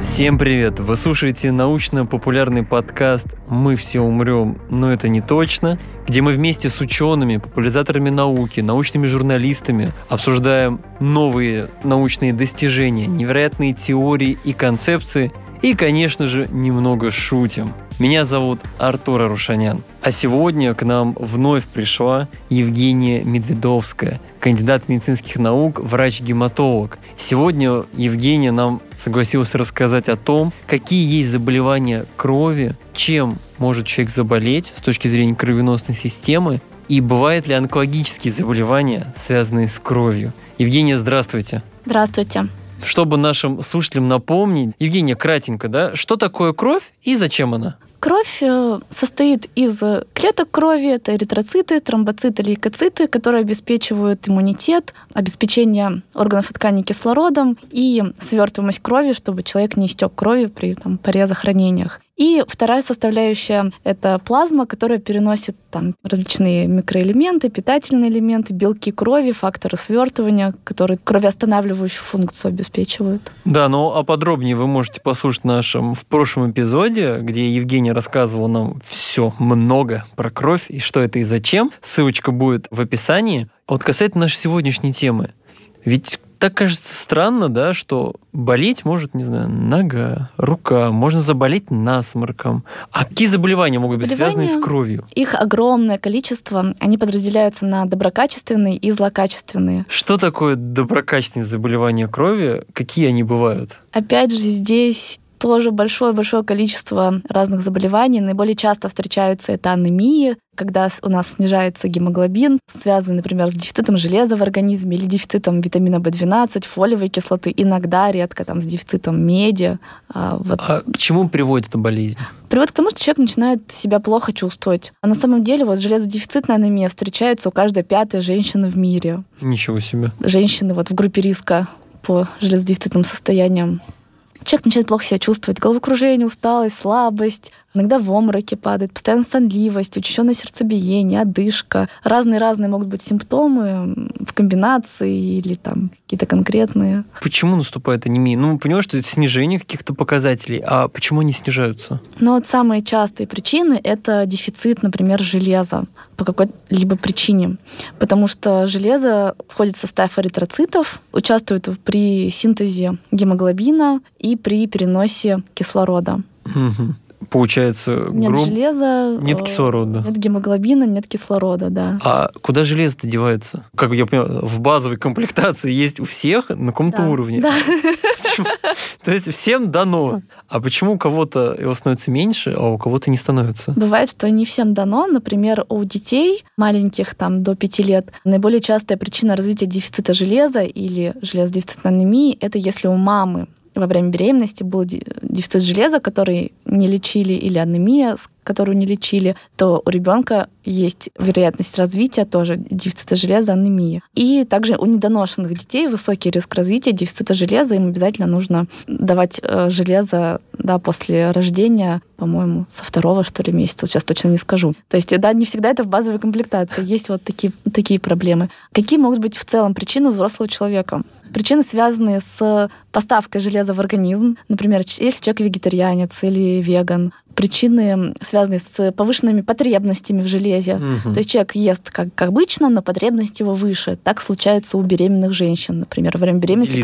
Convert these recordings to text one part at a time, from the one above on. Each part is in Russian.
Всем привет! Вы слушаете научно-популярный подкаст «Мы все умрем, но это не точно», где мы вместе с учеными, популяризаторами науки, научными журналистами обсуждаем новые научные достижения, невероятные теории и концепции и, конечно же, немного шутим. Меня зовут Артур Арушанян. А сегодня к нам вновь пришла Евгения Медведовская, кандидат медицинских наук, врач-гематолог. Сегодня Евгения нам согласилась рассказать о том, какие есть заболевания крови, чем может человек заболеть с точки зрения кровеносной системы, и бывают ли онкологические заболевания, связанные с кровью. Евгения, здравствуйте. Здравствуйте. Чтобы нашим слушателям напомнить, Евгения, кратенько, да, что такое кровь и зачем она? Кровь состоит из клеток крови, это эритроциты, тромбоциты, лейкоциты, которые обеспечивают иммунитет, обеспечение органов и тканей кислородом и свертываемость крови, чтобы человек не истек крови при порезах, ранениях. И вторая составляющая — это плазма, которая переносит различные микроэлементы, питательные элементы, белки крови, факторы свертывания, которые кровоостанавливающую функцию обеспечивают. Да, а подробнее вы можете послушать в прошлом эпизоде, где Евгения рассказывала нам все много про кровь и что это и зачем. Ссылочка будет в описании. А вот касательно нашей сегодняшней темы. Ведь так кажется странно, да, что болеть может, не знаю, нога, рука, можно заболеть насморком. А какие заболевания могут быть связаны с кровью? Их огромное количество. Они подразделяются на доброкачественные и злокачественные. Что такое доброкачественные заболевания крови? Какие они бывают? Опять же, здесь тоже большое-большое количество разных заболеваний. Наиболее часто встречаются это анемии, когда у нас снижается гемоглобин, связанный, например, с дефицитом железа в организме или дефицитом витамина В12, фолиевой кислоты, иногда редко с дефицитом меди. А к чему приводит эта болезнь? Приводит к тому, что человек начинает себя плохо чувствовать. А на самом деле железодефицитная анемия встречается у каждой 5-й женщины в мире. Ничего себе. Женщины в группе риска по железодефицитным состояниям. Человек начинает плохо себя чувствовать. Головокружение, усталость, слабость, иногда в обмороке падает, постоянная сонливость, учащенное сердцебиение, одышка. Разные могут быть симптомы в комбинации или какие-то конкретные. Почему наступает анемия? Мы понимаем, что это снижение каких-то показателей. А почему они снижаются? Самые частые причины — это дефицит, например, железа по какой-либо причине. Потому что железо входит в состав эритроцитов, участвует при синтезе гемоглобина и при переносе кислорода. Угу. Получается, нет железа, нет кислорода. Нет гемоглобина, нет кислорода, да. А куда железо-то девается? Как я понимаю, в базовой комплектации есть у всех на каком-то уровне. Да. Почему? То есть всем дано. А почему у кого-то его становится меньше, а у кого-то не становится? Бывает, что не всем дано. Например, у детей маленьких, до 5 лет, наиболее частая причина развития дефицита железа или железодефицитной анемии — это если у мамы во время беременности был дефицит железа, который не лечили, или анемия, которую не лечили, то у ребенка есть вероятность развития тоже дефицита железа, анемии. И также у недоношенных детей высокий риск развития дефицита железа. Им обязательно нужно давать железо после рождения, по-моему, со 2-го, месяца. Сейчас точно не скажу. То есть, не всегда это в базовой комплектации. Есть такие проблемы. Какие могут быть в целом причины у взрослого человека? Причины, связанные с поставкой железа в организм. Например, если человек вегетарианец или веган. Причины, связанные с повышенными потребностями в железе. То есть человек ест как обычно, но потребность его выше. Так случается у беременных женщин. Например, во время беременности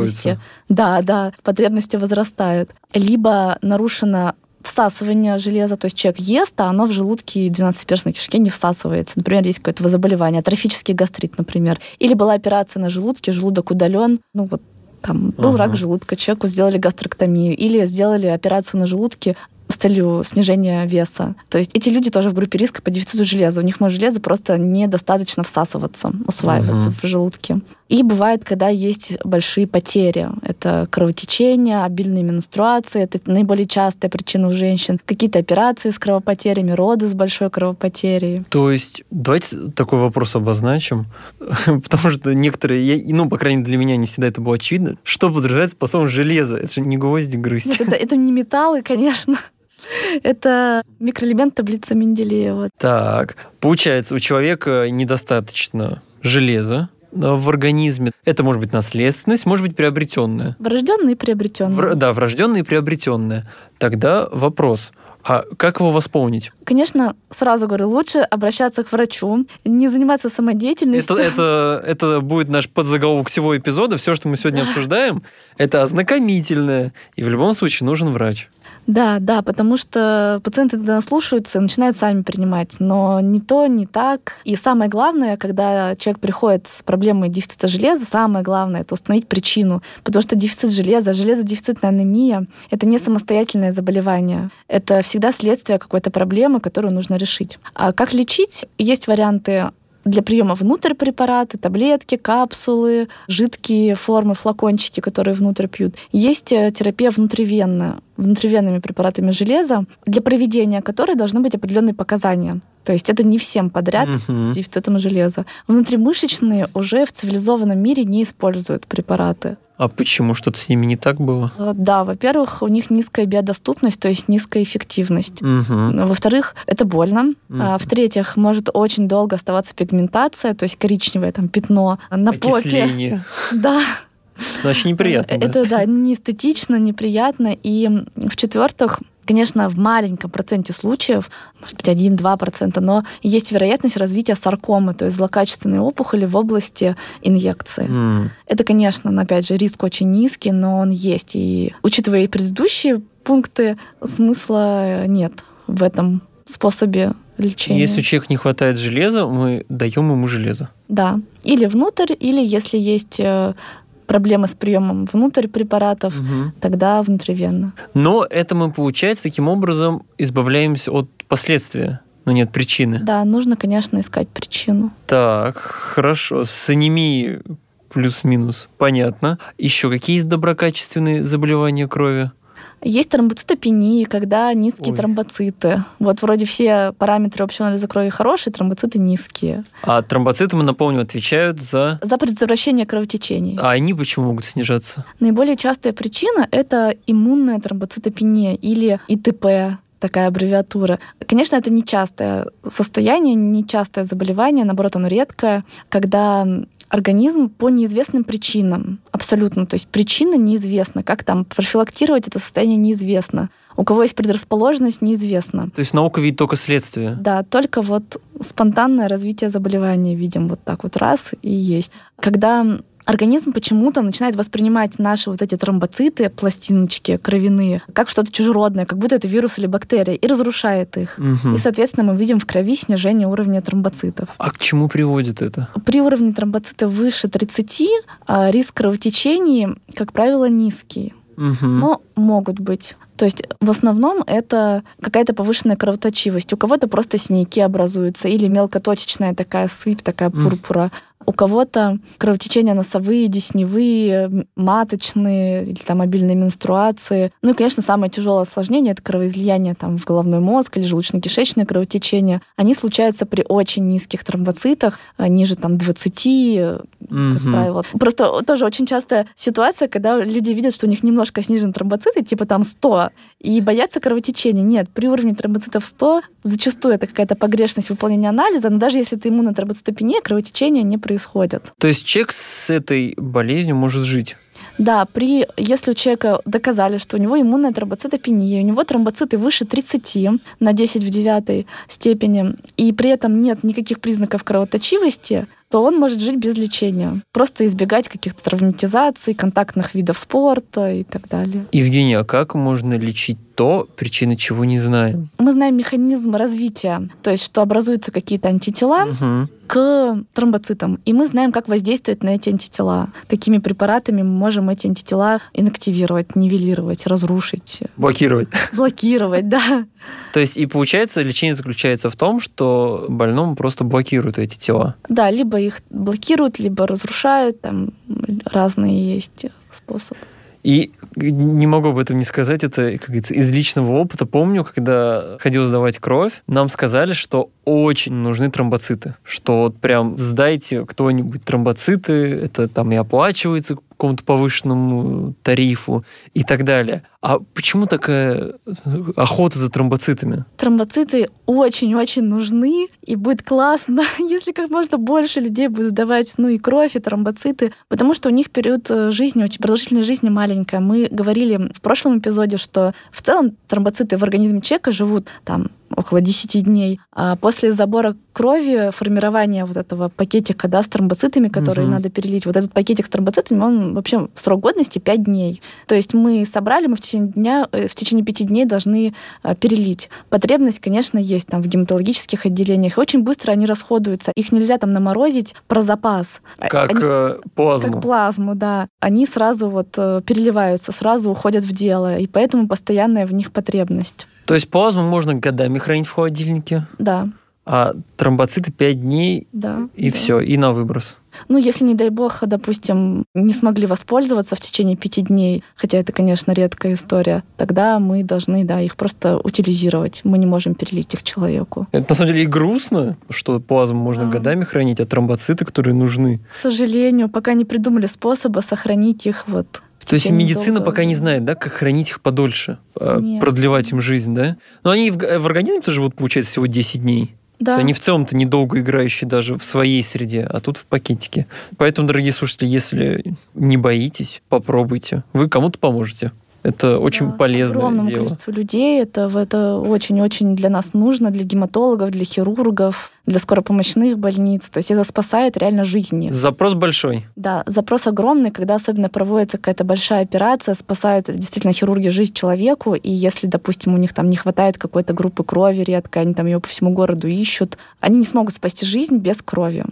потребности возрастают. Либо нарушено всасывание железа, то есть человек ест, а оно в желудке и 12-перстной кишке не всасывается. Например, есть какое-то заболевание, атрофический гастрит, например. Или была операция на желудке, желудок удален, был рак желудка, человеку сделали гастроктомию, или сделали операцию на желудке с целью снижения веса. То есть эти люди тоже в группе риска по дефициту железа. У них может железо просто недостаточно всасываться, усваиваться в желудке. И бывает, когда есть большие потери. Это кровотечение, обильные менструации. Это наиболее частая причина у женщин. Какие-то операции с кровопотерями, роды с большой кровопотерей. То есть давайте такой вопрос обозначим. Потому что некоторые, по крайней мере, для меня не всегда это было очевидно. Что подразумевается по слову железо? Это же не гвозди грызть. Нет, это не металлы, конечно. Это микроэлемент таблицы Менделеева. Так, получается, у человека недостаточно железа, в организме. Это может быть наследственность, может быть приобретенная. Врожденные и приобретенные. Да, врожденная и приобретенная. Тогда вопрос. А как его восполнить? Конечно, сразу говорю, лучше обращаться к врачу, не заниматься самодеятельностью. Это будет наш подзаголовок всего эпизода. Все, что мы сегодня обсуждаем, это ознакомительное. И в любом случае нужен врач. Да, потому что пациенты тогда слушаются и начинают сами принимать. Но не то, не так. И самое главное, когда человек приходит с проблемой дефицита железа, самое главное — это установить причину. Потому что дефицит железа, железодефицитная анемия — это не самостоятельное заболевание. Это всегда следствие какой-то проблемы, которую нужно решить. А как лечить? Есть варианты для приема внутрь препараты, таблетки, капсулы, жидкие формы, флакончики, которые внутрь пьют. Есть терапия внутривенными препаратами железа, для проведения которой должны быть определенные показания. То есть это не всем подряд с дефицитом железа. Внутримышечные уже в цивилизованном мире не используют препараты. А почему? Что-то с ними не так было? Да, во-первых, у них низкая биодоступность, то есть низкая эффективность. Во-вторых, это больно. В-третьих, может очень долго оставаться пигментация, то есть коричневое пятно на попе. Окисление. Да. Значит, неприятно. Это не эстетично, неприятно. И в-четвертых, конечно, в маленьком проценте случаев, может быть, 1-2%, но есть вероятность развития саркомы, то есть злокачественной опухоли в области инъекции. Это, конечно, опять же, риск очень низкий, но он есть. И учитывая и предыдущие пункты, смысла нет в этом способе лечения. Если у человека не хватает железа, мы даем ему железо. Да. Или внутрь, или если есть проблемы с приемом внутрь препаратов, тогда внутривенно. Но это мы, получается, таким образом избавляемся от последствия, но нет причины. Да, нужно, конечно, искать причину. Так, хорошо. С анемией плюс-минус. Понятно. Еще какие есть доброкачественные заболевания крови? Есть тромбоцитопения, когда низкие тромбоциты. Вот вроде все параметры общего анализа крови хорошие, тромбоциты низкие. А тромбоциты, мы напомним, отвечают за предотвращение кровотечений. А они почему могут снижаться? Наиболее частая причина — это иммунная тромбоцитопения или ИТП, такая аббревиатура. Конечно, это нечастое состояние, нечастое заболевание, наоборот, оно редкое, когда организм по неизвестным причинам, абсолютно, то есть причина неизвестна, как профилактировать это состояние неизвестно. У кого есть предрасположенность, неизвестно. То есть наука видит только следствие? Да, только спонтанное развитие заболевания видим так раз и есть. Когда организм почему-то начинает воспринимать наши эти тромбоциты, пластиночки кровяные, как что-то чужеродное, как будто это вирус или бактерия, и разрушает их. И, соответственно, мы видим в крови снижение уровня тромбоцитов. А к чему приводит это? При уровне тромбоцитов выше 30 риск кровотечений, как правило, низкий. Но могут быть. То есть в основном это какая-то повышенная кровоточивость. У кого-то просто синяки образуются или мелкоточечная такая сыпь, такая пурпура. У кого-то кровотечения носовые, десневые, маточные или обильные менструации. Ну и, конечно, самое тяжелое осложнение — это кровоизлияние в головной мозг или желудочно-кишечное кровотечение. Они случаются при очень низких тромбоцитах, ниже 20, как правило. Просто тоже очень частая ситуация, когда люди видят, что у них немножко снижены тромбоциты, 100, и боятся кровотечения. Нет, при уровне тромбоцитов 100 зачастую это какая-то погрешность выполнения анализа, но даже если это иммунная тромбоцитопения, кровотечения не происходит. То есть человек с этой болезнью может жить? Да, если у человека доказали, что у него иммунная тромбоцитопения, у него тромбоциты выше 30 на 10 в 9 степени, и при этом нет никаких признаков кровоточивости, то он может жить без лечения. Просто избегать каких-то травматизаций, контактных видов спорта и так далее. Евгения, а как можно лечить то, причины чего не знаем? Мы знаем механизм развития, то есть что образуются какие-то антитела к тромбоцитам. И мы знаем, как воздействовать на эти антитела. Какими препаратами мы можем эти антитела инактивировать, нивелировать, разрушить. Блокировать, да. То есть и получается, лечение заключается в том, что больному просто блокируют эти тела? Да, либо их блокируют, либо разрушают. Разные есть способы. И не могу об этом не сказать, это, как говорится, из личного опыта. Помню, когда ходил сдавать кровь, нам сказали, что очень нужны тромбоциты. Что прям сдайте кто-нибудь тромбоциты, это и оплачивается какому-то повышенному тарифу и так далее. А почему такая охота за тромбоцитами? Тромбоциты очень-очень нужны, и будет классно, если как можно больше людей будет сдавать, и кровь, и тромбоциты, потому что у них период жизни, очень продолжительность жизни маленькая. Мы говорили в прошлом эпизоде, что в целом тромбоциты в организме человека живут там около 10 дней. А после забора крови, формирования вот этого пакетика, с тромбоцитами, которые надо перелить, вот этот пакетик с тромбоцитами, он вообще срок годности 5 дней. То есть мы собрали, мы в течение 5 дней должны перелить. Потребность, конечно, есть там в гематологических отделениях. И очень быстро они расходуются. Их нельзя там наморозить про запас. Плазму. Как плазму, да. Они сразу переливаются, сразу уходят в дело. И поэтому постоянная в них потребность. То есть плазму можно годами хранить в холодильнике? Да. А тромбоциты 5 дней, все, и на выброс. Если, не дай бог, допустим, не смогли воспользоваться в течение 5 дней, хотя это, конечно, редкая история, тогда мы должны, их просто утилизировать. Мы не можем перелить их человеку. Это, на самом деле, и грустно, что плазму можно годами хранить, а тромбоциты, которые нужны. К сожалению, пока не придумали способа сохранить их То есть медицина пока не знает, как хранить их подольше, продлевать им жизнь, да? Но они в организме-то живут, получается, всего 10 дней. Да. Они в целом-то недолго играющие даже в своей среде, а тут в пакетике. Поэтому, дорогие слушатели, если не боитесь, попробуйте. Вы кому-то поможете. Это очень полезное огромному дело. Количеству людей это очень-очень для нас нужно, для гематологов, для хирургов, для скоропомощных больниц. То есть это спасает реально жизни. Запрос большой. Да, запрос огромный, когда особенно проводится какая-то большая операция, спасают действительно хирурги жизнь человеку, и если, допустим, у них там не хватает какой-то группы крови редко, они там ее по всему городу ищут, они не смогут спасти жизнь без крови.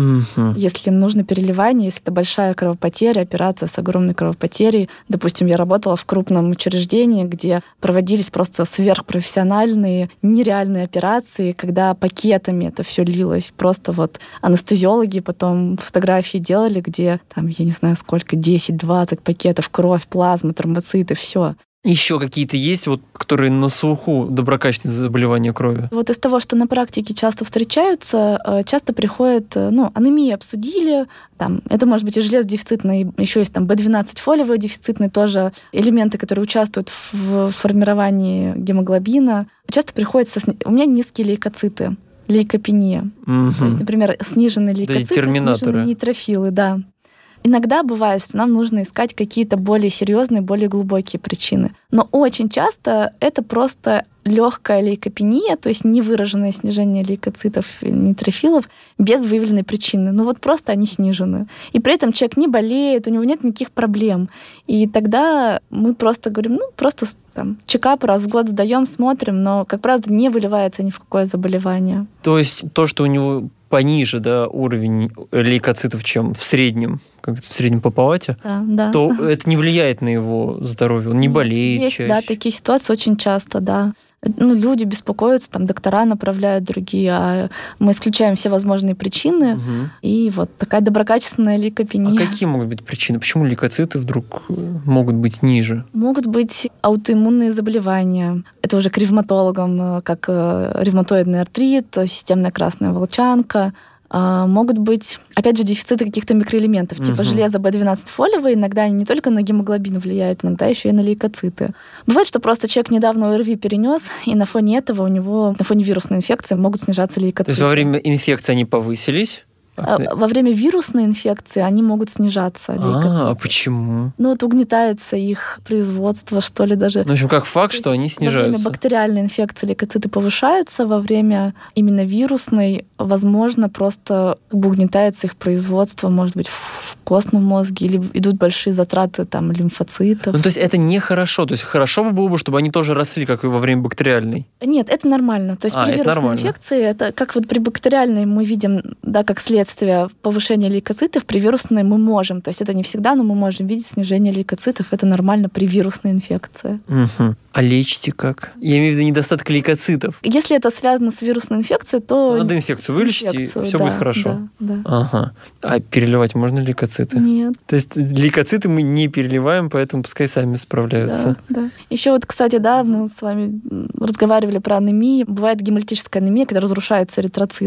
Если им нужно переливание, если это большая кровопотеря, операция с огромной кровопотерей. Допустим, я работала в крупном учреждении, где проводились просто сверхпрофессиональные, нереальные операции, когда пакетами это все лилось. Просто анестезиологи потом фотографии делали, где там, я не знаю сколько, 10-20 пакетов, кровь, плазма, тромбоциты, все. Еще какие-то есть, которые на слуху доброкачественные заболевания крови? Из того, что на практике часто встречаются, часто приходят, анемию обсудили, это может быть и железодефицитный, еще есть B12 фолиевый дефицитный, тоже элементы, которые участвуют в формировании гемоглобина. Часто приходится, у меня низкие лейкоциты, лейкопения. То есть, например, сниженные лейкоциты, сниженные нейтрофилы, да. Иногда бывает, что нам нужно искать какие-то более серьезные, более глубокие причины. Но очень часто это просто легкая лейкопения, то есть невыраженное снижение лейкоцитов и нейтрофилов без выявленной причины. Просто они снижены. И при этом человек не болеет, у него нет никаких проблем. И тогда мы просто говорим, просто чекап раз в год сдаем, смотрим, но, как правило, не выливается ни в какое заболевание. То есть то, что у него пониже, уровень лейкоцитов, чем в среднем, как в среднем по палате, то это не влияет на его здоровье, он не болеет есть, чаще. Да, такие ситуации очень часто, да. Люди беспокоятся, доктора направляют другие, а мы исключаем все возможные причины, и такая доброкачественная лейкопения. А какие могут быть причины? Почему лейкоциты вдруг могут быть ниже? Могут быть аутоиммунные заболевания. Это уже к ревматологам, как ревматоидный артрит, системная красная волчанка. Могут быть, опять же, дефициты каких-то микроэлементов, типа железа B12 фолиевый. Иногда они не только на гемоглобин влияют, иногда еще и на лейкоциты. Бывает, что просто человек недавно ОРВИ перенес, и на фоне этого у него, на фоне вирусной инфекции могут снижаться лейкоциты. То есть во время инфекции они повысились? Во время вирусной инфекции они могут снижаться, лейкоциты. А почему? Угнетается их производство, что ли, даже. В общем, как факт, что они снижаются. Во время бактериальной инфекции лейкоциты повышаются, во время именно вирусной, возможно, просто угнетается их производство, может быть, в костном мозге, или идут большие затраты лимфоцитов. То есть это нехорошо. То есть хорошо было бы, чтобы они тоже росли, как и во время бактериальной. Нет, это нормально. То есть при вирусной инфекции, это как при бактериальной мы видим, как следствие повышения лейкоцитов, при вирусной мы можем. То есть это не всегда, но мы можем видеть снижение лейкоцитов. Это нормально при вирусной инфекции. А лечите как? Я имею в виду недостаток лейкоцитов. Если это связано с вирусной инфекцией, то... Надо инфекцию вылечить, и все будет хорошо. Да. Ага. А переливать можно лейкоциты? Нет. То есть лейкоциты мы не переливаем, поэтому пускай сами справляются. Да. Еще кстати, мы с вами разговаривали про анемию. Бывает гемолитическая анемия, когда разрушаются эритроциты.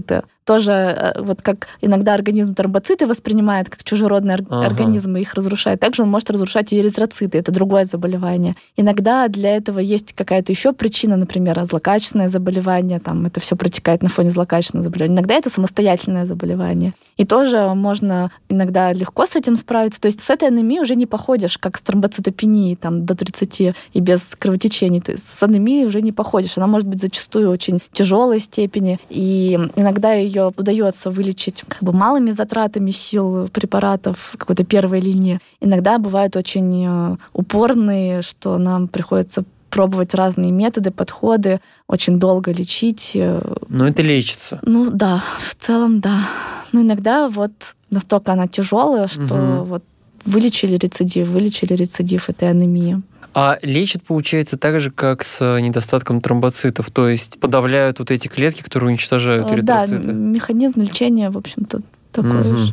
тоже вот как иногда организм тромбоциты воспринимает как чужеродные организмы, их разрушает. Также он может разрушать и эритроциты. Это другое заболевание. Иногда для этого есть какая-то еще причина, например, злокачественное заболевание, там это все протекает на фоне злокачественного заболевания. Иногда это самостоятельное заболевание. И тоже можно иногда легко с этим справиться. То есть с этой анемией уже не походишь, как с тромбоцитопенией там, до 30 и без кровотечений. То есть с анемией уже не походишь. Она может быть зачастую очень тяжелой степени. И иногда ее удается вылечить как бы малыми затратами сил препаратов какой-то первой линии. Иногда бывают очень упорные, что нам приходится пробовать разные методы, подходы, очень долго лечить. Но это лечится. Ну да, в целом да. Но иногда вот настолько она тяжелая, что вот вылечили рецидив этой анемии. А лечат, получается, так же, как с недостатком тромбоцитов, то есть подавляют вот эти клетки, которые уничтожают эритроциты? Да, механизм лечения, в общем-то, такой же.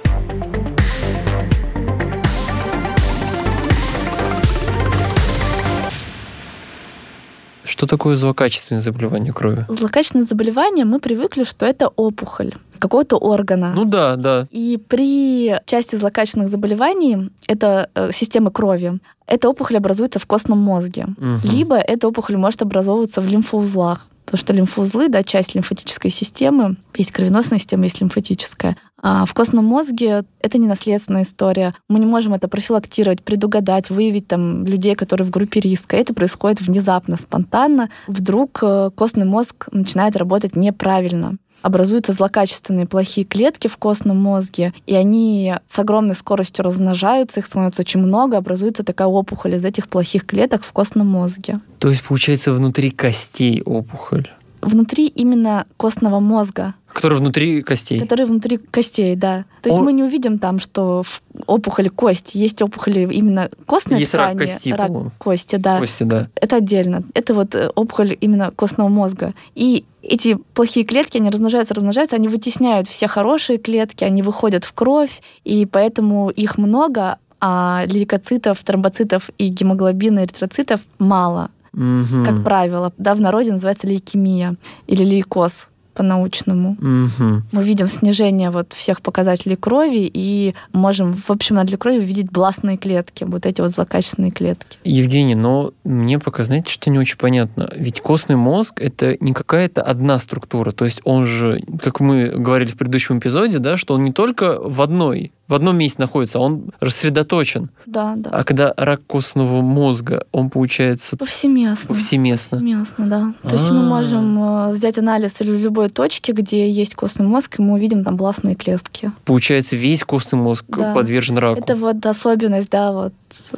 Что такое злокачественное заболевание крови? Злокачественное заболевание, мы привыкли, что это опухоль какого-то органа. Ну да. И при части злокачественных заболеваний, это системы крови, эта опухоль образуется в костном мозге. Либо эта опухоль может образовываться в лимфоузлах. Потому что лимфоузлы, да, часть лимфатической системы, есть кровеносная система, есть лимфатическая. А в костном мозге это не наследственная история. Мы не можем это профилактировать, предугадать, выявить там людей, которые в группе риска. Это происходит внезапно, спонтанно. Вдруг костный мозг начинает работать неправильно. Образуются злокачественные плохие клетки в костном мозге, и они с огромной скоростью размножаются, их становится очень много, образуется такая опухоль из этих плохих клеток в костном мозге. То есть, получается, внутри костей опухоль? Внутри именно костного мозга. Который внутри костей? Который внутри костей, да. То есть мы не увидим там, что в опухоли кость. Есть опухоли именно костной есть ткани. Есть рак кости, рак по-моему. Кости, да. Кости, да. Это отдельно. Это вот опухоль именно костного мозга. И эти плохие клетки, они размножаются, они вытесняют все хорошие клетки, они выходят в кровь, и поэтому их много, а лейкоцитов, тромбоцитов и гемоглобина, эритроцитов мало. Как правило, да, в народе называется лейкемия или лейкоз по-научному. Мы видим снижение вот всех показателей крови и можем в общем на крови увидеть бластные клетки, вот эти вот злокачественные клетки. Евгений, но мне пока, знаете, что не очень понятно? Ведь костный мозг — это не какая-то одна структура. То есть он же, как мы говорили в предыдущем эпизоде, да, что он не только в одном месте находится, он рассредоточен. Да. А когда рак костного мозга, он получается... Повсеместно. Повсеместно, да. То есть мы можем взять анализ из любой точки, где есть костный мозг, и мы увидим там бластные клетки. Получается, весь костный мозг подвержен раку. Это вот особенность, да, вот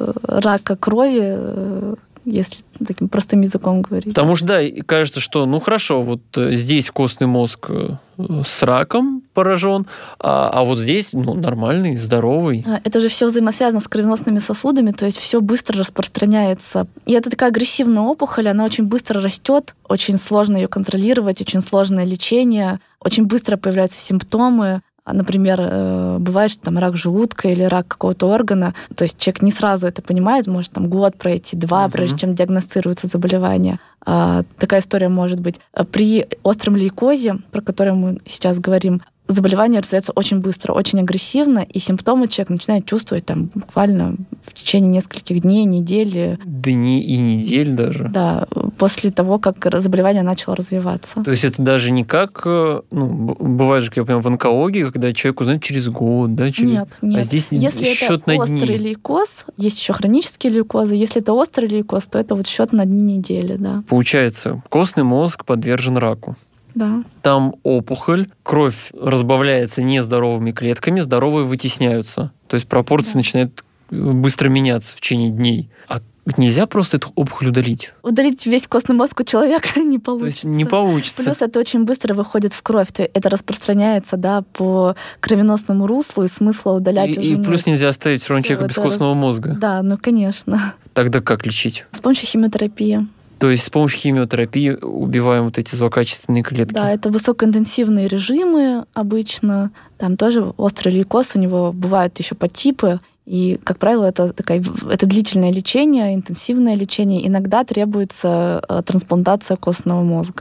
рака крови, если таким простым языком говорить. Потому что, да, кажется, что, ну хорошо, вот здесь костный мозг с раком поражен, а вот здесь, ну, нормальный, здоровый. Это же все взаимосвязано с кровеносными сосудами, то есть все быстро распространяется. И это такая агрессивная опухоль, она очень быстро растет, очень сложно ее контролировать, очень сложное лечение, очень быстро появляются симптомы. Например, бывает, что там рак желудка или рак какого-то органа, то есть человек не сразу это понимает, может там год пройти, 2, прежде чем диагностируется заболевание. Такая история может быть. При остром лейкозе, про который мы сейчас говорим, заболевание развивается очень быстро, очень агрессивно, и симптомы человек начинает чувствовать там бывально в течение нескольких дней, недели. Дней и недель даже. Да, после того, как заболевание начало развиваться. То есть это даже не как, ну, бывает же, как я понимаю, в онкологии, когда человек узнает через год, да? Нет. А здесь если счет это на дни. Острый лейкоз, есть еще хронические лейкозы, если это острый лейкоз, то это вот счет на дни недели, да. Получается, костный мозг подвержен раку. Да. Там опухоль, кровь разбавляется нездоровыми клетками, здоровые вытесняются. То есть пропорция начинает быстро меняться в течение дней. А нельзя просто эту опухоль удалить? Удалить весь костный мозг у человека не получится. То есть не получится. Плюс это очень быстро выходит в кровь. То есть это распространяется, да, по кровеносному руслу, и смысла удалять уже и нет. плюс нельзя оставить все равно человека без костного мозга. Да, ну конечно. Тогда как лечить? С помощью химиотерапии. То есть с помощью химиотерапии убиваем вот эти злокачественные клетки? Да, это высокоинтенсивные режимы обычно. Там тоже острый лейкоз, у него бывают еще подтипы. И, как правило, это длительное лечение, интенсивное лечение. Иногда требуется трансплантация костного мозга.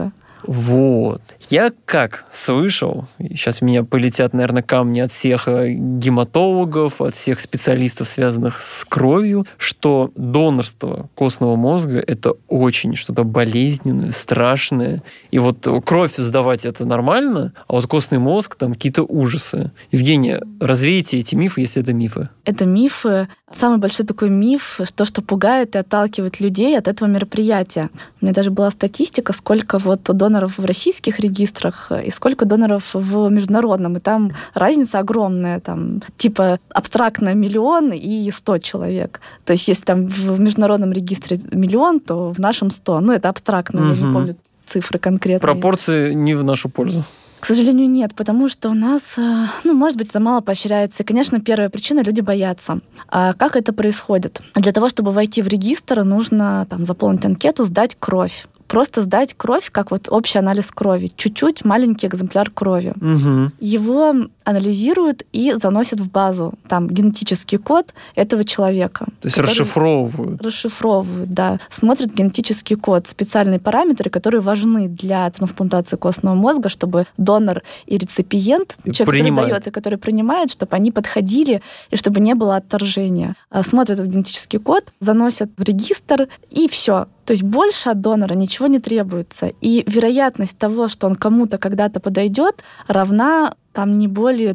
Вот. Я как слышал, сейчас в меня полетят, наверное, камни от всех гематологов, от всех специалистов, связанных с кровью, что донорство костного мозга – это очень что-то болезненное, страшное. И вот кровь сдавать – это нормально, а вот костный мозг – там какие-то ужасы. Евгения, развейте эти мифы, если это мифы. Это мифы. Самый большой такой миф, то, что пугает и отталкивает людей от этого мероприятия. У меня даже была статистика, сколько вот доноров в российских регистрах и сколько доноров в международном. И там разница огромная. Там, типа абстрактно 1 миллион и 100 человек. То есть если там в международном регистре 1 миллион, то в нашем 100. Ну, это абстрактно, я не помню цифры конкретные. Пропорции не в нашу пользу. К сожалению, нет, потому что у нас, может быть, замало поощряется. И, конечно, первая причина — люди боятся. А как это происходит? Для того, чтобы войти в регистр, нужно заполнить анкету, сдать кровь. Просто сдать кровь, как вот общий анализ крови. Чуть-чуть маленький экземпляр крови. Угу. Его анализируют и заносят в базу. Там генетический код этого человека. То есть расшифровывают. Расшифровывают, да. Смотрят генетический код, специальные параметры, которые важны для трансплантации костного мозга, чтобы донор и реципиент, человек, который дает и который принимает, чтобы они подходили и чтобы не было отторжения. Смотрят этот генетический код, заносят в регистр, и все. То есть больше от донора ничего не требуется. И вероятность того, что он кому-то когда-то подойдет, равна не более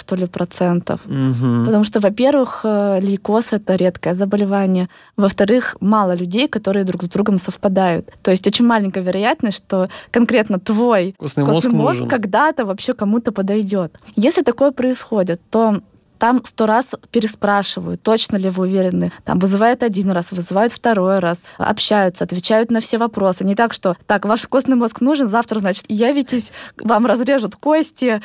3%. Угу. Потому что, во-первых, лейкоз — это редкое заболевание. Во-вторых, мало людей, которые друг с другом совпадают. То есть очень маленькая вероятность, что конкретно твой костный мозг когда-то вообще кому-то подойдет. Если такое происходит, то там 100 раз переспрашивают, точно ли вы уверены. Там вызывают 1 раз, вызывают 2 раз, общаются, отвечают на все вопросы. Не так, что так, ваш костный мозг нужен, завтра, значит, явитесь, вам разрежут кости.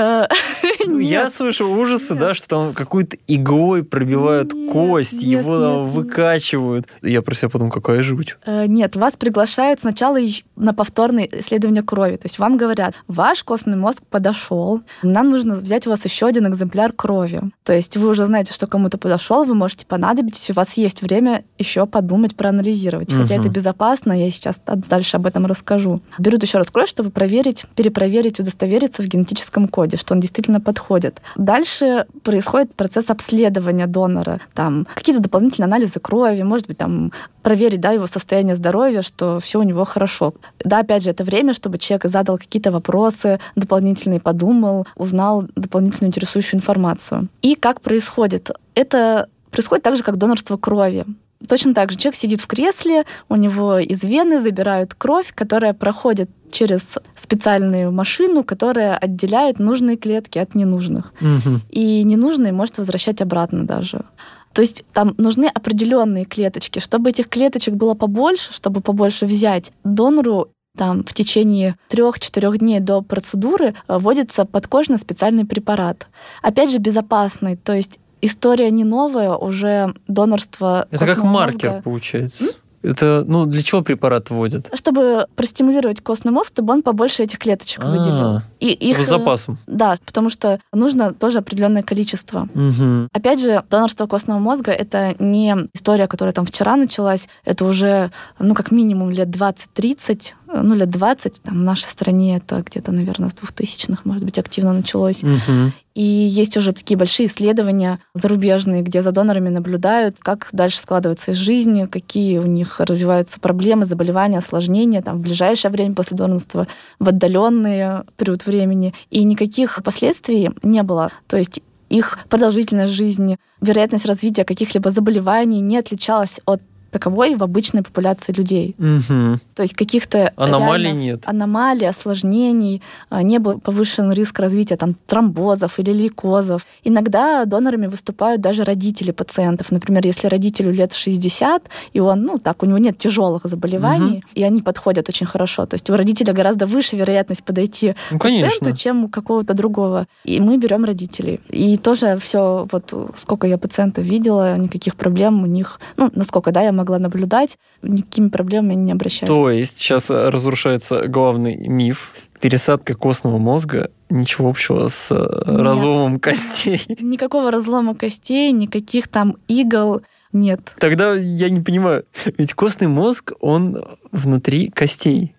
Я слышу ужасы, да, что там какой-то иглой пробивают кость, его там выкачивают. Я про себя подумал, какая жуть. Нет, вас приглашают сначала на повторное исследование крови. То есть вам говорят, ваш костный мозг подошел, нам нужно взять у вас еще 1 экземпляр крови. То есть вы уже знаете, что кому-то подошел, вы можете понадобиться, у вас есть время еще подумать, проанализировать. Хотя это безопасно, я сейчас дальше об этом расскажу. Берут еще раз кровь, чтобы проверить, перепроверить, удостовериться в генетическом коде, что он действительно подходит. Дальше происходит процесс обследования донора. Там какие-то дополнительные анализы крови, может быть, проверить, его состояние здоровья, что все у него хорошо. Да, опять же, это время, чтобы человек задал какие-то вопросы дополнительные, подумал, узнал дополнительную интересующую информацию. И как происходит? Это происходит так же, как донорство крови. Точно так же человек сидит в кресле, у него из вены забирают кровь, которая проходит через специальную машину, которая отделяет нужные клетки от ненужных. Угу. И ненужные может возвращать обратно даже. То есть там нужны определенные клеточки. Чтобы этих клеточек было побольше, чтобы побольше взять, донору в течение 3-4 дней до процедуры вводится подкожно специальный препарат. Опять же, безопасный. То есть история не новая, уже донорство это костного как маркер, мозга. Получается. Это, для чего препарат вводят? Чтобы простимулировать костный мозг, чтобы он побольше этих клеточек выделил. И их, с запасом. Да, потому что нужно тоже определенное количество. Угу. Опять же, донорство костного мозга — это не история, которая вчера началась. Это уже, как минимум лет 20-30, лет 20. В нашей стране это где-то, наверное, с 2000-х, может быть, активно началось. Угу. И есть уже такие большие исследования зарубежные, где за донорами наблюдают, как дальше складывается их жизнь, какие у них развиваются проблемы, заболевания, осложнения в ближайшее время после донорства, в отдаленный период времени. И никаких последствий не было. То есть их продолжительность жизни, вероятность развития каких-либо заболеваний не отличалась от таковой в обычной популяции людей. Угу. То есть каких-то аномалий нет. Аномалий, осложнений, не был повышен риск развития тромбозов или лейкозов. Иногда донорами выступают даже родители пациентов. Например, если родителю лет 60, и он, у него нет тяжелых заболеваний, и они подходят очень хорошо. То есть у родителя гораздо выше вероятность подойти к пациенту, чем у какого-то другого. И мы берем родителей. И тоже все, сколько я пациентов видела, никаких проблем у них, насколько, я могла наблюдать, никакими проблемами они не обращались. То есть сейчас разрушается главный миф. Пересадка костного мозга ничего общего с разломом костей. Никакого разлома костей, никаких игл нет. Тогда я не понимаю. Ведь костный мозг, он внутри костей.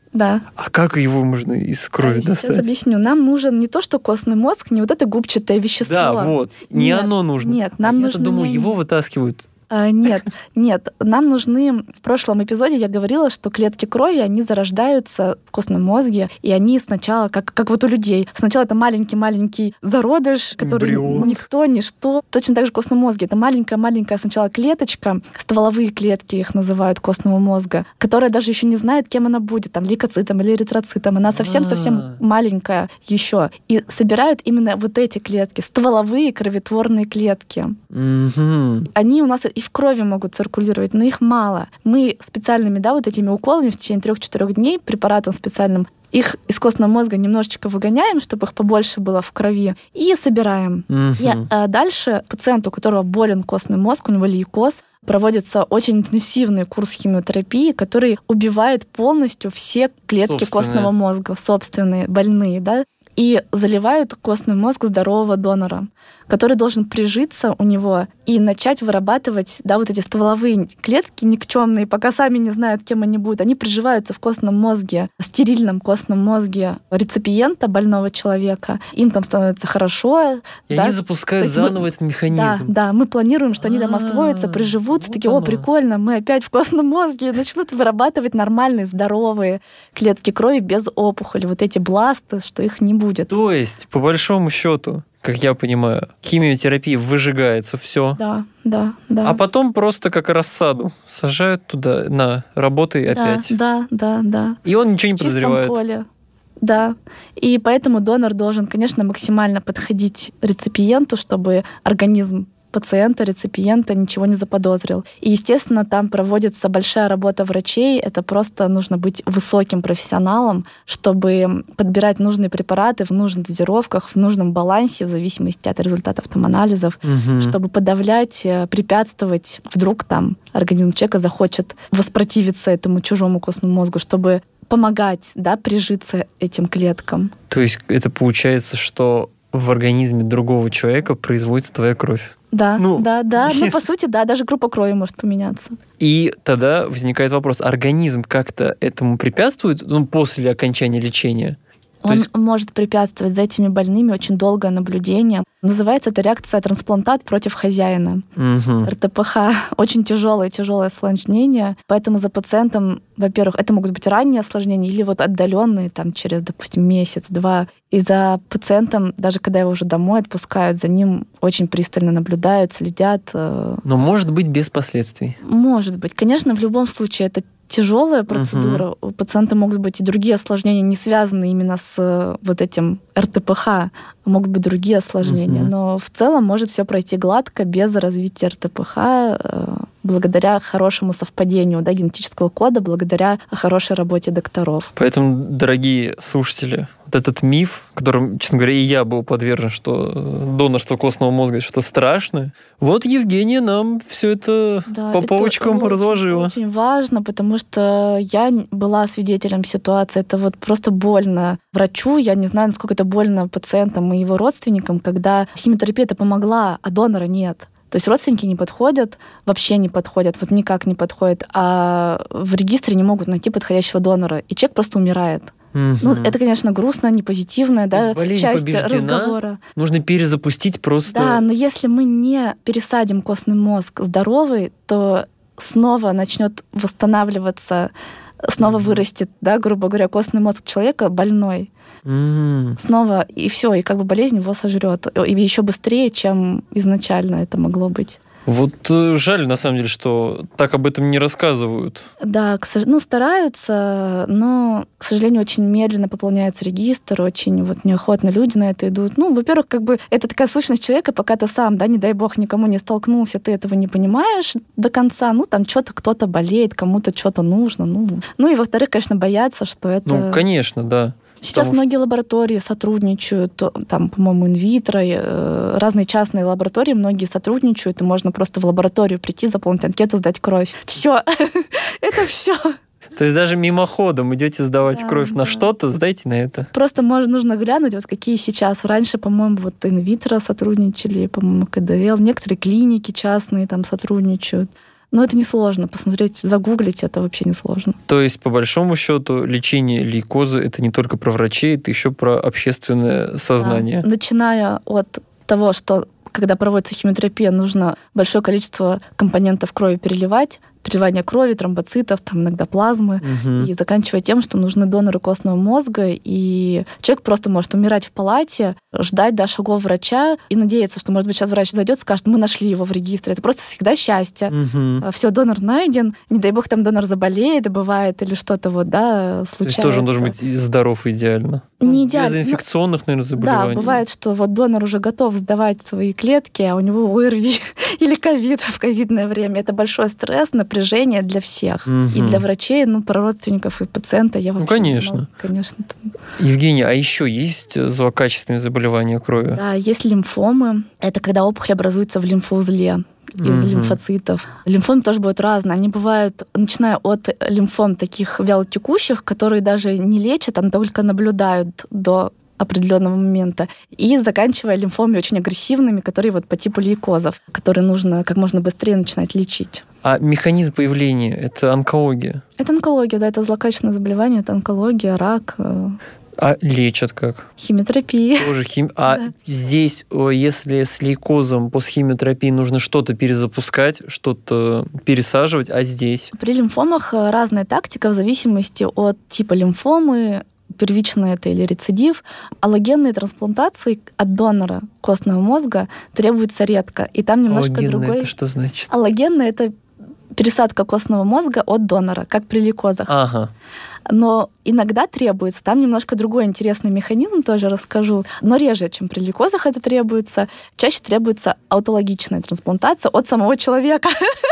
Да. А как его можно из крови достать? Сейчас объясню. Нам нужен не то, что костный мозг, не вот это губчатое вещество. Да, вот. Не оно нужно. Нет, нам нужно... Я-то думаю, его вытаскивают. Нет, нам нужны... В прошлом эпизоде я говорила, что клетки крови, они зарождаются в костном мозге, и они сначала, как вот у людей, сначала это маленький-маленький зародыш, который никто, ничто. Точно так же в костном мозге. Это маленькая-маленькая сначала клеточка, стволовые клетки их называют костного мозга, которая даже еще не знает, кем она будет, там, лейкоцитом или эритроцитом. Она совсем-совсем маленькая еще. И собирают именно вот эти клетки, стволовые кроветворные клетки. Они у нас и в крови могут циркулировать, но их мало. Мы специальными, вот этими уколами в течение 3-4 дней препаратом специальным их из костного мозга немножечко выгоняем, чтобы их побольше было в крови, и собираем. И дальше пациенту, у которого болен костный мозг, у него лейкоз, проводится очень интенсивный курс химиотерапии, который убивает полностью все клетки костного мозга, собственные, больные, и заливают костный мозг здорового донора, который должен прижиться у него и начать вырабатывать вот эти стволовые клетки никчемные, пока сами не знают, кем они будут. Они приживаются в костном мозге, стерильном костном мозге реципиента, больного человека. Им там становится хорошо. И они запускают заново этот механизм. Да, мы планируем, что они там освоятся, приживутся, такие, прикольно, мы опять в костном мозге, и начнут вырабатывать нормальные, здоровые клетки крови без опухоли. Вот эти бласты, что их не будет. То есть, по большому счету, как я понимаю, химиотерапия выжигается все. Да. А потом просто как рассаду сажают туда, работай опять. Да. И он ничего не подозревает. Поле. Да. И поэтому донор должен, конечно, максимально подходить реципиенту, чтобы организм пациента, реципиента ничего не заподозрил. И, естественно, там проводится большая работа врачей. Это просто нужно быть высоким профессионалом, чтобы подбирать нужные препараты в нужных дозировках, в нужном балансе, в зависимости от результатов анализов, чтобы подавлять, препятствовать. Вдруг там организм человека захочет воспротивиться этому чужому костному мозгу, чтобы помогать, прижиться этим клеткам. То есть это получается, что в организме другого человека производится твоя кровь? Да. По сути, даже группа крови может поменяться. И тогда возникает вопрос, организм как-то этому препятствует после окончания лечения? Он может препятствовать за этими больными очень долгое наблюдение. Называется это реакция трансплантат против хозяина. РТПХ очень тяжелое осложнение, поэтому за пациентом, во-первых, это могут быть ранние осложнения или отдаленные, через, допустим, месяц-два. И за пациентом, даже когда его уже домой отпускают, за ним очень пристально наблюдают, следят. Но может быть без последствий? Может быть. Конечно, в любом случае это тяжелая процедура. У пациента могут быть и другие осложнения, не связанные именно с этим РТПХ. Могут быть другие осложнения. Но в целом может все пройти гладко, без развития РТПХ, благодаря хорошему совпадению генетического кода, благодаря хорошей работе докторов. Поэтому, дорогие слушатели, этот миф, которым, честно говоря, и я был подвержен, что донорство костного мозга — это что-то страшное. Вот Евгения нам все это по полочкам разложила. Это очень важно, потому что я была свидетелем ситуации. Это просто больно врачу. Я не знаю, насколько это больно пациентам и его родственникам, когда химиотерапия-то помогла, а донора нет. То есть родственники не подходят, вообще не подходят, никак не подходят, а в регистре не могут найти подходящего донора, и человек просто умирает. Это, конечно, грустно, не позитивная часть разговора. Нужно перезапустить просто. Да, но если мы не пересадим костный мозг здоровый, то снова начнет восстанавливаться, снова вырастет, грубо говоря, костный мозг человека больной. Снова, и все, и болезнь его сожрет. И еще быстрее, чем изначально это могло быть. Жаль, на самом деле, что так об этом не рассказывают. Да, стараются, но, к сожалению, очень медленно пополняется регистр, очень неохотно люди на это идут. Во-первых, это такая сущность человека, пока ты сам, не дай бог, никому не столкнулся, ты этого не понимаешь до конца. Там что-то кто-то болеет, кому-то что-то нужно. И, во-вторых, конечно, боятся, что это... конечно, да. Сейчас многие лаборатории сотрудничают, по-моему, инвитро, разные частные лаборатории, многие сотрудничают, и можно просто в лабораторию прийти, заполнить анкету, сдать кровь. Все. Это все. То есть даже мимоходом идете сдавать кровь на что-то, сдайте на это. Просто нужно глянуть, какие сейчас. Раньше, по-моему, инвитро сотрудничали, по-моему, КДЛ, некоторые клиники частные там сотрудничают. Но это несложно. Посмотреть, загуглить, это вообще несложно. То есть, по большому счету, лечение лейкозы — это не только про врачей, это еще про общественное сознание. Да. Начиная от того, что когда проводится химиотерапия, нужно большое количество компонентов крови переливание крови, тромбоцитов, там иногда плазмы, и заканчивая тем, что нужны доноры костного мозга, и человек просто может умирать в палате, ждать до шагов врача и надеяться, что, может быть, сейчас врач зайдет, скажет, мы нашли его в регистре. Это просто всегда счастье. Все, донор найден, не дай бог там донор заболеет, бывает, или что-то случается. То есть тоже он должен быть здоров идеально. Не идеально. Без инфекционных, наверное, заболеваний. Да, бывает, что донор уже готов сдавать свои клетки, а у него ОРВИ или ковид в ковидное время. Это большой стресс, напряжение для всех. И для врачей, про родственников и пациента. Конечно. Евгения, а еще есть злокачественные заболевания крови? Да, есть лимфомы. Это когда опухоль образуется в лимфоузле из лимфоцитов. Лимфомы тоже бывают разные. Они бывают, начиная от лимфом таких вялотекущих, которые даже не лечат, а только наблюдают до определенного момента, и заканчивая лимфомами очень агрессивными, которые по типу лейкозов, которые нужно как можно быстрее начинать лечить. А механизм появления — это онкология? Это онкология, да, это злокачественное заболевание, это онкология, рак. А лечат как? Химиотерапией. Тоже да. Здесь, если с лейкозом после химиотерапии нужно что-то перезапускать, что-то пересаживать, а здесь? При лимфомах разная тактика в зависимости от типа лимфомы, первично это или рецидив. Аллогенные трансплантации от донора костного мозга требуются редко. И там немножко другой... Это что значит? Аллогенная — это пересадка костного мозга от донора, как при лейкозах. Ага. Но иногда требуется, там немножко другой интересный механизм, тоже расскажу, но реже, чем при лейкозах это требуется. Чаще требуется аутологичная трансплантация от самого человека.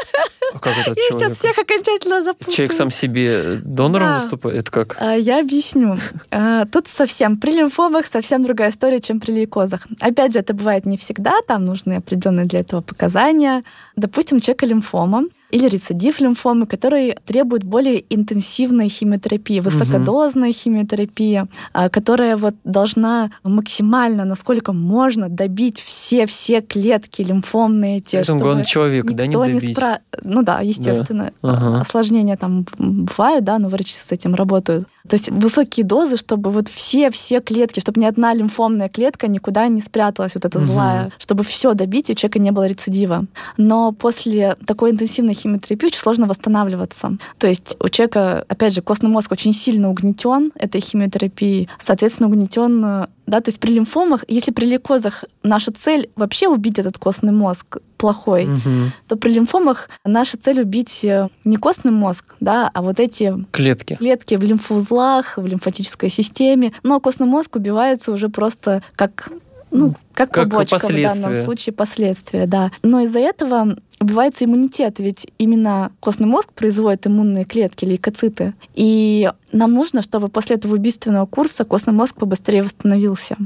А как это от человека? Я сейчас всех окончательно запутаю. Человек сам себе донором выступает? Это как? Я объясню. Тут при лимфомах совсем другая история, чем при лейкозах. Опять же, это бывает не всегда, там нужны определенные для этого показания. Допустим, у человека лимфома или рецидив лимфомы, которые требуют более интенсивной химиотерапии, высокодозной химиотерапии, которая должна максимально, насколько можно, добить все клетки лимфомные. Поэтому главное человека, не добить. Ну да, естественно. Да. Осложнения там бывают, да, но врачи с этим работают. То есть высокие дозы, чтобы все клетки, чтобы ни одна лимфомная клетка никуда не спряталась, эта злая, чтобы все добить, и у человека не было рецидива. Но после такой интенсивной химиотерапии очень сложно восстанавливаться. То есть у человека, опять же, костный мозг очень сильно угнетен этой химиотерапией, соответственно, угнетен, да, то есть при лимфомах, если при лейкозах наша цель вообще убить этот костный мозг плохой, то при лимфомах наша цель убить не костный мозг, да, а эти клетки в лимфоузлах, в лимфатической системе. Но костный мозг убивается уже просто как побочка в данном случае, последствия, да. Но из-за этого убивается иммунитет, ведь именно костный мозг производит иммунные клетки, лейкоциты. И нам нужно, чтобы после этого убийственного курса костный мозг побыстрее восстановился.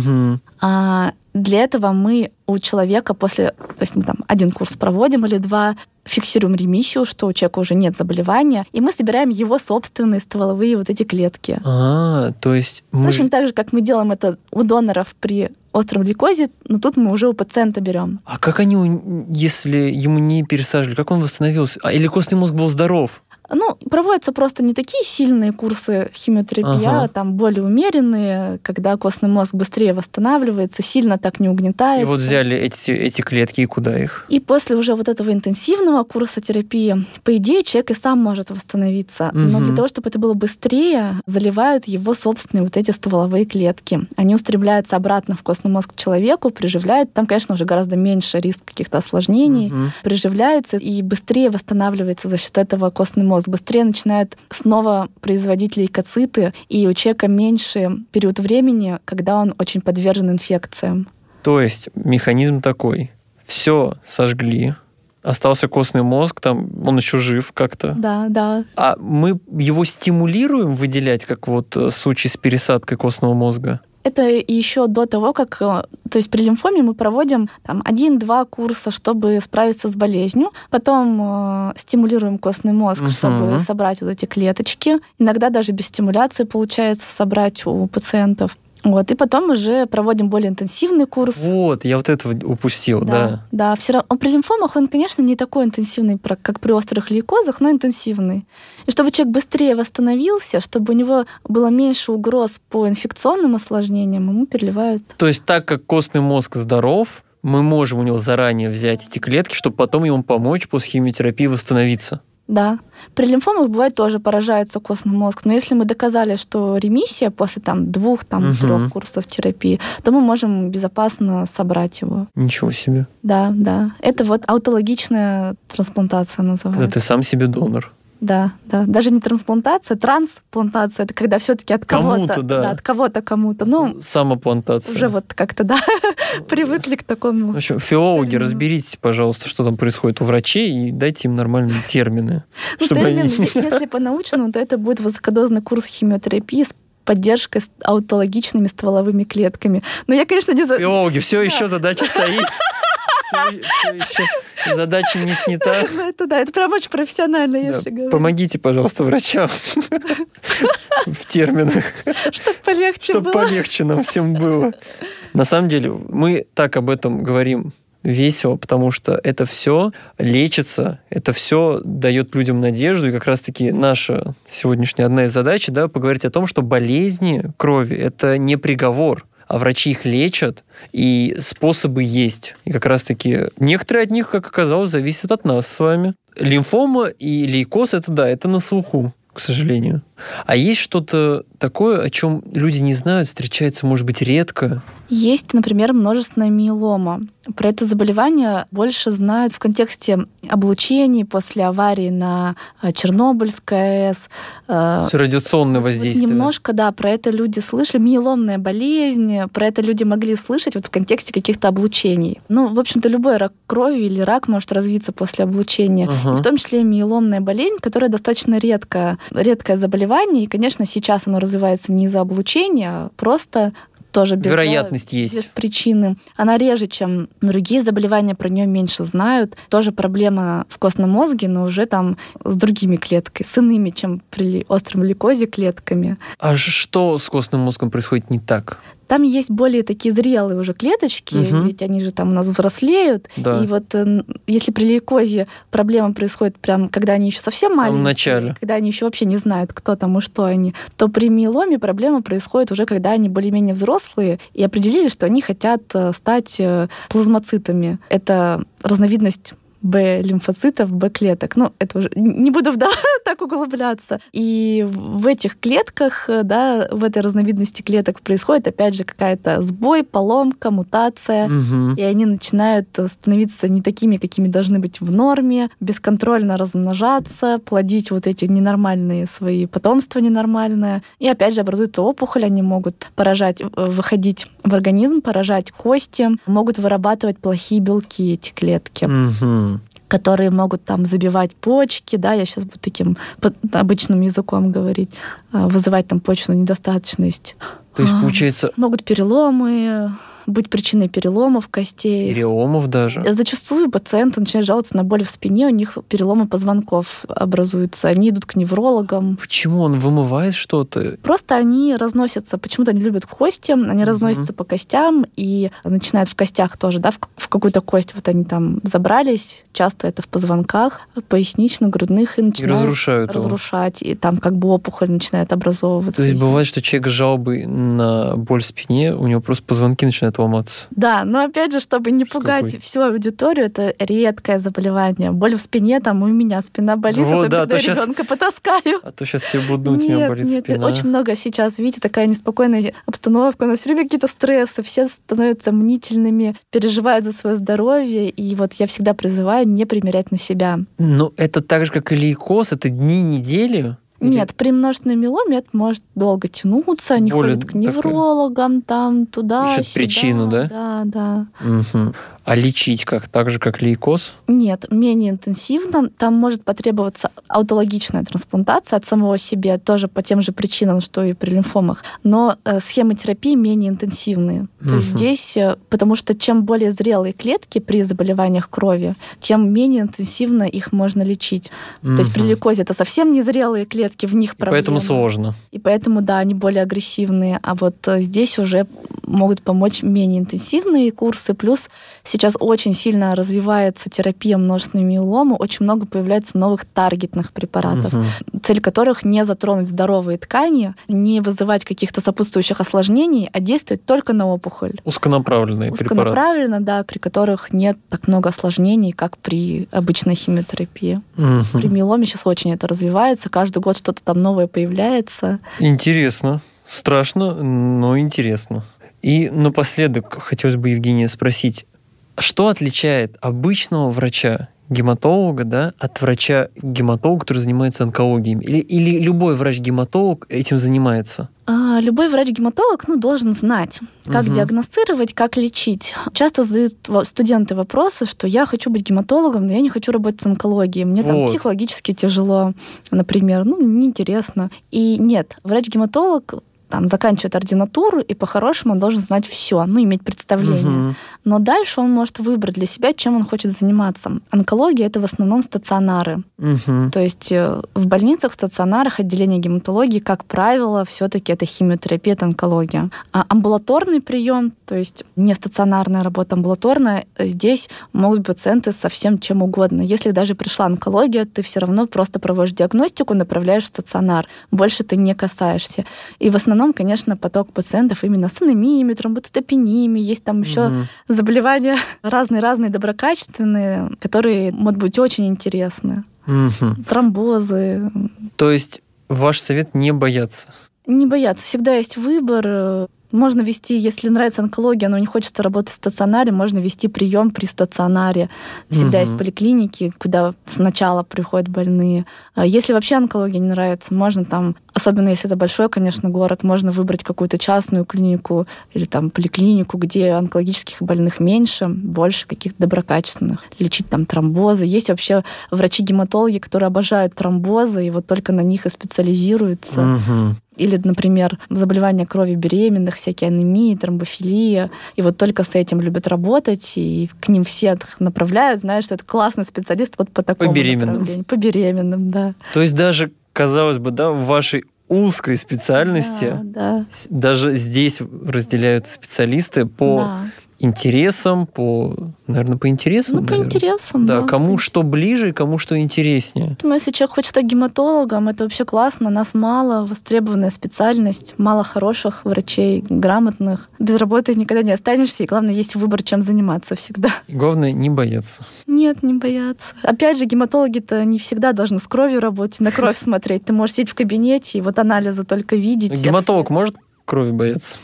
А для этого мы у человека то есть мы там один курс проводим или два, фиксируем ремиссию, что у человека уже нет заболевания, и мы собираем его собственные стволовые эти клетки. То есть точно так же, как мы делаем это у доноров при остром лейкозе, но тут мы уже у пациента берем. А как если ему не пересаживали, как он восстановился? Или костный мозг был здоров? Проводятся просто не такие сильные курсы химиотерапии, а там более умеренные, когда костный мозг быстрее восстанавливается, сильно так не угнетается. И взяли эти клетки, и куда их? И после уже этого интенсивного курса терапии, по идее, человек и сам может восстановиться. Но для того, чтобы это было быстрее, заливают его собственные эти стволовые клетки. Они устремляются обратно в костный мозг к человеку, приживляют. Там, конечно, уже гораздо меньше риск каких-то осложнений. Приживляются, и быстрее восстанавливается за счет этого костный мозг. Быстрее начинают снова производить лейкоциты, и у человека меньше период времени, когда он очень подвержен инфекциям. То есть механизм такой. Все сожгли, остался костный мозг, там он еще жив как-то. Да. А мы его стимулируем выделять, как в случае с пересадкой костного мозга? Это еще до того, как... То есть при лимфоме мы проводим 1-2 курса, чтобы справиться с болезнью. Потом стимулируем костный мозг, чтобы собрать эти клеточки. Иногда даже без стимуляции получается собрать у пациентов. Вот, и потом уже проводим более интенсивный курс. Вот, я вот это упустил, да. Да, все равно при лимфомах он, конечно, не такой интенсивный, как при острых лейкозах, но интенсивный. И чтобы человек быстрее восстановился, чтобы у него было меньше угроз по инфекционным осложнениям, ему переливают. То есть так как костный мозг здоров, мы можем у него заранее взять эти клетки, чтобы потом ему помочь после химиотерапии восстановиться. Да. При лимфомах бывает тоже поражается костный мозг, но если мы доказали, что ремиссия после 2-3 курсов терапии, то мы можем безопасно собрать его. Ничего себе. Да. Это вот аутологичная трансплантация называется. Когда ты сам себе донор. Да. Даже не трансплантация, трансплантация. Это когда все-таки от кого-то. Кому-то, да. От кого-то кому-то. Ну, самоплантация. Уже вот как-то, да, привыкли к такому. В общем, филологи, разберитесь, пожалуйста, что там происходит у врачей, и дайте им нормальные термины. Если по-научному, то это будет высокодозный курс химиотерапии с поддержкой с аутологичными стволовыми клетками. Но я, конечно, не... Филологи, все еще задача стоит. Все еще задача не снята. Это прям очень профессионально, если говорить. Помогите, пожалуйста, врачам в терминах. Чтобы полегче нам всем было. На самом деле, мы так об этом говорим весело, потому что это все лечится, это все дает людям надежду, и как раз-таки наша сегодняшняя одна из задач, поговорить о том, что болезни крови — это не приговор, а врачи их лечат, и способы есть. И как раз-таки некоторые от них, как оказалось, зависят от нас с вами. Лимфома и лейкоз — это на слуху, к сожалению. А есть что-то такое, о чем люди не знают, встречается, может быть, редко? Есть, например, множественная миелома. Про это заболевание больше знают в контексте облучений после аварии на Чернобыльской АЭС. Радиационное воздействие. Немножко, про это люди слышали. Миеломная болезнь, про это люди могли слышать в контексте каких-то облучений. В общем-то, любой рак крови или рак может развиться после облучения. И в том числе миеломная болезнь, которая достаточно редкое заболевание. И, конечно, сейчас оно развивается не из-за облучения, а просто тоже вероятность есть. Без причины. Она реже, чем другие заболевания, про нее меньше знают. Тоже проблема в костном мозге, но уже с другими клетками, с иными, чем при остром лейкозе клетками. А что с костным мозгом происходит не так? Там есть более такие зрелые уже клеточки, ведь они же у нас взрослеют. Да. И вот если при лейкозе проблема происходит прям, когда они еще совсем маленькие, начале. Когда они еще вообще не знают, кто там и что они, то при миеломе проблема происходит уже, когда они более-менее взрослые и определили, что они хотят стать плазмоцитами. Это разновидность Б-лимфоцитов, Б-клеток. Это уже не буду так углубляться. И в этих клетках, в этой разновидности клеток происходит, опять же, какая-то сбой, поломка, мутация. И они начинают становиться не такими, какими должны быть в норме, бесконтрольно размножаться, плодить вот эти ненормальные свои потомства ненормальное. И опять же образуется опухоль, они могут выходить в организм, поражать кости, могут вырабатывать плохие белки эти клетки. Которые могут забивать почки, я сейчас буду таким обычным языком говорить, вызывать почечную недостаточность. То есть, получается... Могут переломы, быть причиной переломов костей. Переломов даже? Зачастую пациенты начинают жаловаться на боль в спине, у них переломы позвонков образуются, они идут к неврологам. Почему? Он вымывает что-то? Просто они разносятся, почему-то они любят кости, они разносятся по костям и начинают в костях тоже, в какую-то кость они забрались, часто это в позвонках пояснично-грудных, и начинают разрушать, и опухоль начинает образовываться. То есть бывает, что человек с жалобой на боль в спине, у него просто позвонки начинают ломаться. Да, но опять же, чтобы не пугать всю аудиторию, это редкое заболевание. Боль в спине, у меня спина болит, особенно ребенка потаскаю. А то сейчас все будут думать, у меня болит спина. Очень много сейчас, видите, такая неспокойная обстановка, у нас все время какие-то стрессы, все становятся мнительными, переживают за свое здоровье, и я всегда призываю не примерять на себя. Но это так же, как и лейкоз, это дни, недели? Нет, при множественной миеломе это может долго тянуться, они ходят к неврологам, туда-сюда. Ищут причину, да? Да. Угу. А лечить как? Так же, как лейкоз? Нет, менее интенсивно. Там может потребоваться аутологичная трансплантация от самого себя, тоже по тем же причинам, что и при лимфомах. Но схемы терапии менее интенсивные. То есть здесь, потому что чем более зрелые клетки при заболеваниях крови, тем менее интенсивно их можно лечить. То есть при лейкозе это совсем незрелые клетки, в них проблемы. Поэтому сложно. И поэтому, да, они более агрессивные. А вот здесь уже могут помочь менее интенсивные курсы. Плюс сейчас очень сильно развивается терапия множественной миеломы. Очень много появляется новых таргетных препаратов, цель которых не затронуть здоровые ткани, не вызывать каких-то сопутствующих осложнений, а действовать только на опухоль. Узконаправленные препараты. Узконаправленно, да, при которых нет так много осложнений, как при обычной химиотерапии. При миеломе сейчас очень это развивается. Каждый год что-то там новое появляется. Интересно. Страшно, но интересно. И напоследок хотелось бы, Евгения, спросить, что отличает обычного врача-гематолога, да, от врача-гематолога, который занимается онкологией? Или любой врач-гематолог этим занимается? Любой врач-гематолог должен знать, как диагностировать, как лечить. Часто задают студенты вопросы, что я хочу быть гематологом, но я не хочу работать с онкологией. Мне там психологически тяжело, например, неинтересно. И нет, врач-гематолог заканчивает ординатуру, и по-хорошему он должен знать все, иметь представление. Но дальше он может выбрать для себя, чем он хочет заниматься. Онкология — это в основном стационары. То есть в больницах, в стационарах отделения гематологии, как правило, все-таки это химиотерапия, это онкология. А амбулаторный прием, то есть не стационарная работа, амбулаторная, здесь могут быть пациенты со всем чем угодно. Если даже пришла онкология, ты все равно просто проводишь диагностику, направляешь в стационар. Больше ты не касаешься. И в основном, конечно, поток пациентов именно с анемиями, тромбоцитопениями, есть там еще заболевания разные доброкачественные, которые могут быть очень интересны. Тромбозы. То есть ваш совет — не бояться? Не бояться. Всегда есть выбор. Можно вести, если нравится онкология, но не хочется работать в стационаре, можно вести прием при стационаре. Всегда есть поликлиники, куда сначала приходят больные. Если вообще онкология не нравится, можно особенно если это большой, конечно, город, можно выбрать какую-то частную клинику или поликлинику, где онкологических больных меньше, больше каких-то доброкачественных. Лечить тромбозы. Есть вообще врачи-гематологи, которые обожают тромбозы, и вот только на них и специализируются. Или, например, заболевания крови беременных, всякие анемии, тромбофилия. И вот только с этим любят работать, и к ним все направляют, знают, что это классный специалист вот по такому направлению. По беременным, да. То есть даже, казалось бы, в вашей узкой специальности даже здесь разделяются специалисты по интересам, наверное, по интересам. По интересам, да. Кому что ближе, кому что интереснее. Если человек хочет стать гематологом, это вообще классно. Нас мало, востребованная специальность, мало хороших врачей, грамотных. Без работы никогда не останешься, и главное, есть выбор, чем заниматься всегда. И главное, не бояться. Нет, не бояться. Опять же, гематологи-то не всегда должны с кровью работать, на кровь смотреть. Ты можешь сидеть в кабинете и вот анализы только видеть. Гематолог может крови бояться?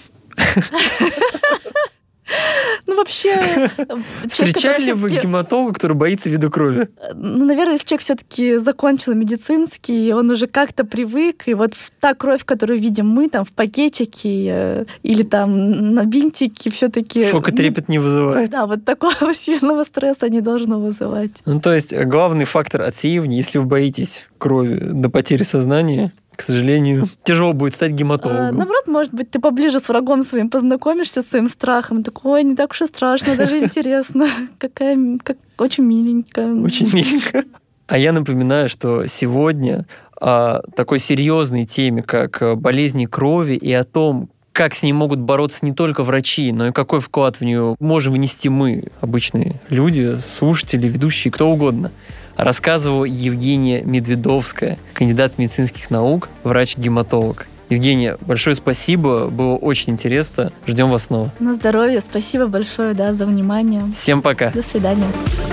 Вообще... Встречали ли вы гематолога, который боится вида крови? Наверное, если человек все-таки закончил медицинский, он уже как-то привык, и вот та кровь, которую видим мы в пакетике или на бинтике, все-таки... Шок и трепет не вызывает. Да, вот такого сильного стресса не должно вызывать. То есть главный фактор отсеивания, если вы боитесь крови до потери сознания, к сожалению, тяжело будет стать гематологом. Наоборот, может быть, ты поближе с врагом своим познакомишься, с своим страхом. Такой, не так уж и страшно, даже интересно. Очень миленько. Очень миленько. А я напоминаю, что сегодня о такой серьезной теме, как болезни крови, и о том, как с ней могут бороться не только врачи, но и какой вклад в нее можем внести мы, обычные люди, слушатели, ведущие, кто угодно, рассказывала Евгения Медведовская, кандидат медицинских наук, врач-гематолог. Евгения, большое спасибо, было очень интересно. Ждем вас снова. На здоровье, спасибо большое за внимание. Всем пока. До свидания.